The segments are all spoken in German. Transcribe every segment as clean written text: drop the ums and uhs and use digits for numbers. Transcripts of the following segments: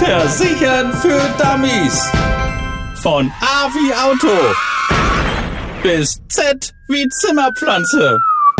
Versichern für Dummies. Von A wie Auto bis Z wie Zimmerpflanze.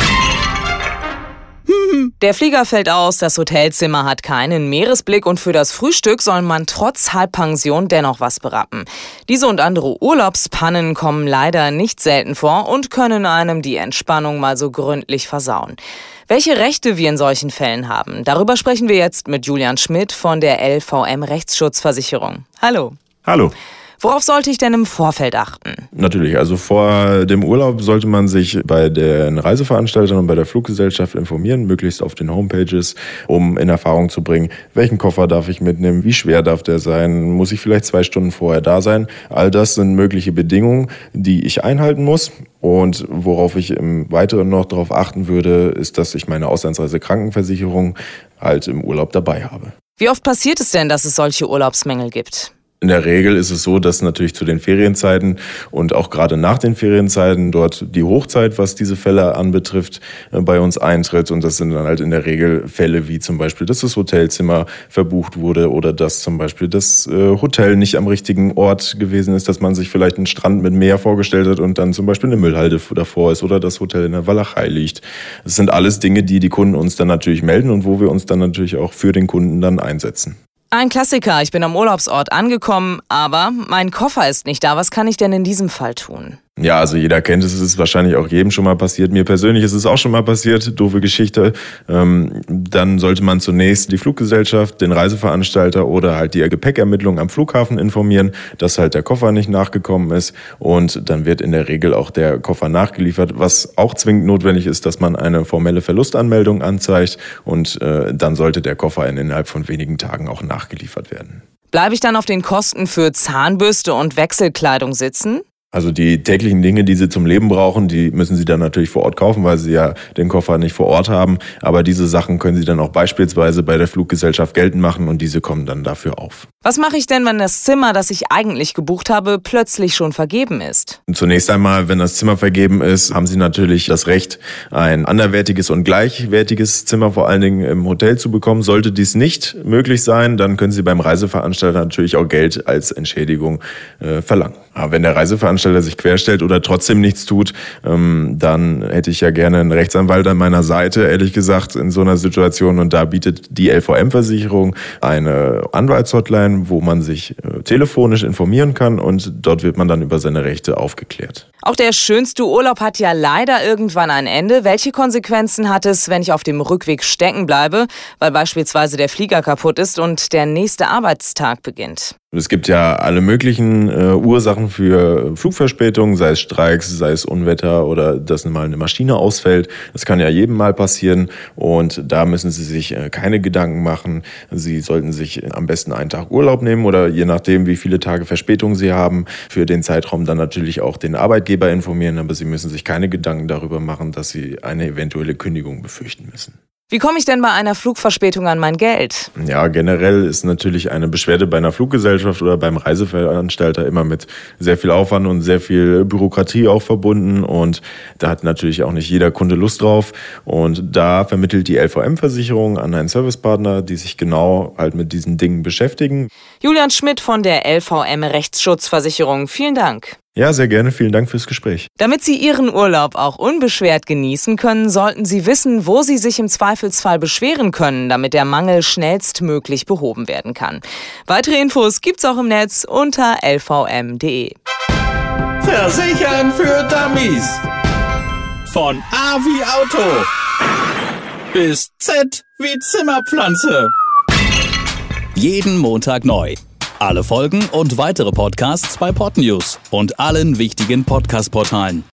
Der Flieger fällt aus, das Hotelzimmer hat keinen Meeresblick und für das Frühstück soll man trotz Halbpension dennoch was berappen. Diese und andere Urlaubspannen kommen leider nicht selten vor und können einem die Entspannung mal so gründlich versauen. Welche Rechte wir in solchen Fällen haben, darüber sprechen wir jetzt mit Julian Schmidt von der LVM Rechtsschutzversicherung. Hallo. Hallo. Worauf sollte ich denn im Vorfeld achten? Natürlich, also vor dem Urlaub sollte man sich bei den Reiseveranstaltern und bei der Fluggesellschaft informieren, möglichst auf den Homepages, um in Erfahrung zu bringen, welchen Koffer darf ich mitnehmen, wie schwer darf der sein, muss ich vielleicht 2 Stunden vorher da sein. All das sind mögliche Bedingungen, die ich einhalten muss. Und worauf ich im Weiteren noch darauf achten würde, ist, dass ich meine Auslandsreisekrankenversicherung halt im Urlaub dabei habe. Wie oft passiert es denn, dass es solche Urlaubsmängel gibt? In der Regel ist es so, dass natürlich zu den Ferienzeiten und auch gerade nach den Ferienzeiten dort die Hochzeit, was diese Fälle anbetrifft, bei uns eintritt. Und das sind dann halt in der Regel Fälle wie zum Beispiel, dass das Hotelzimmer verbucht wurde oder dass zum Beispiel das Hotel nicht am richtigen Ort gewesen ist, dass man sich vielleicht einen Strand mit Meer vorgestellt hat und dann zum Beispiel eine Müllhalde davor ist oder das Hotel in der Walachei liegt. Das sind alles Dinge, die die Kunden uns dann natürlich melden und wo wir uns dann natürlich auch für den Kunden dann einsetzen. Ein Klassiker, ich bin am Urlaubsort angekommen, aber mein Koffer ist nicht da. Was kann ich denn in diesem Fall tun? Ja, also jeder kennt es, es ist wahrscheinlich auch jedem schon mal passiert. Mir persönlich ist es auch schon mal passiert, doofe Geschichte. Dann sollte man zunächst die Fluggesellschaft, den Reiseveranstalter oder halt die Gepäckermittlung am Flughafen informieren, dass halt der Koffer nicht nachgekommen ist. Und dann wird in der Regel auch der Koffer nachgeliefert. Was auch zwingend notwendig ist, dass man eine formelle Verlustanmeldung anzeigt und dann sollte der Koffer innerhalb von wenigen Tagen auch nachgeliefert werden. Bleibe ich dann auf den Kosten für Zahnbürste und Wechselkleidung sitzen? Also die täglichen Dinge, die Sie zum Leben brauchen, die müssen Sie dann natürlich vor Ort kaufen, weil Sie ja den Koffer nicht vor Ort haben. Aber diese Sachen können Sie dann auch beispielsweise bei der Fluggesellschaft geltend machen und diese kommen dann dafür auf. Was mache ich denn, wenn das Zimmer, das ich eigentlich gebucht habe, plötzlich schon vergeben ist? Zunächst einmal, wenn das Zimmer vergeben ist, haben Sie natürlich das Recht, ein anderwertiges und gleichwertiges Zimmer vor allen Dingen im Hotel zu bekommen. Sollte dies nicht möglich sein, dann können Sie beim Reiseveranstalter natürlich auch Geld als Entschädigung verlangen. Aber wenn der Reiseveranstalter sich querstellt oder trotzdem nichts tut, dann hätte ich ja gerne einen Rechtsanwalt an meiner Seite, ehrlich gesagt, in so einer Situation. Und da bietet die LVM-Versicherung eine Anwaltshotline, wo man sich telefonisch informieren kann und dort wird man dann über seine Rechte aufgeklärt. Auch der schönste Urlaub hat ja leider irgendwann ein Ende. Welche Konsequenzen hat es, wenn ich auf dem Rückweg stecken bleibe, weil beispielsweise der Flieger kaputt ist und der nächste Arbeitstag beginnt? Es gibt ja alle möglichen Ursachen für Flugverspätungen, sei es Streiks, sei es Unwetter oder dass mal eine Maschine ausfällt. Das kann ja jedem mal passieren und da müssen Sie sich keine Gedanken machen. Sie sollten sich am besten einen Tag Urlaub nehmen oder je nachdem, wie viele Tage Verspätung Sie haben, für den Zeitraum dann natürlich auch den Arbeitgeber informieren. Aber Sie müssen sich keine Gedanken darüber machen, dass Sie eine eventuelle Kündigung befürchten müssen. Wie komme ich denn bei einer Flugverspätung an mein Geld? Ja, generell ist natürlich eine Beschwerde bei einer Fluggesellschaft oder beim Reiseveranstalter immer mit sehr viel Aufwand und sehr viel Bürokratie auch verbunden und da hat natürlich auch nicht jeder Kunde Lust drauf und da vermittelt die LVM-Versicherung an einen Servicepartner, die sich genau halt mit diesen Dingen beschäftigen. Julian Schmidt von der LVM Rechtsschutzversicherung, vielen Dank. Ja, sehr gerne. Vielen Dank fürs Gespräch. Damit Sie Ihren Urlaub auch unbeschwert genießen können, sollten Sie wissen, wo Sie sich im Zweifelsfall beschweren können, damit der Mangel schnellstmöglich behoben werden kann. Weitere Infos gibt's auch im Netz unter lvm.de. Versichern für Dummies. Von A wie Auto bis Z wie Zimmerpflanze. Jeden Montag neu. Alle Folgen und weitere Podcasts bei Podnews und allen wichtigen Podcast-Portalen.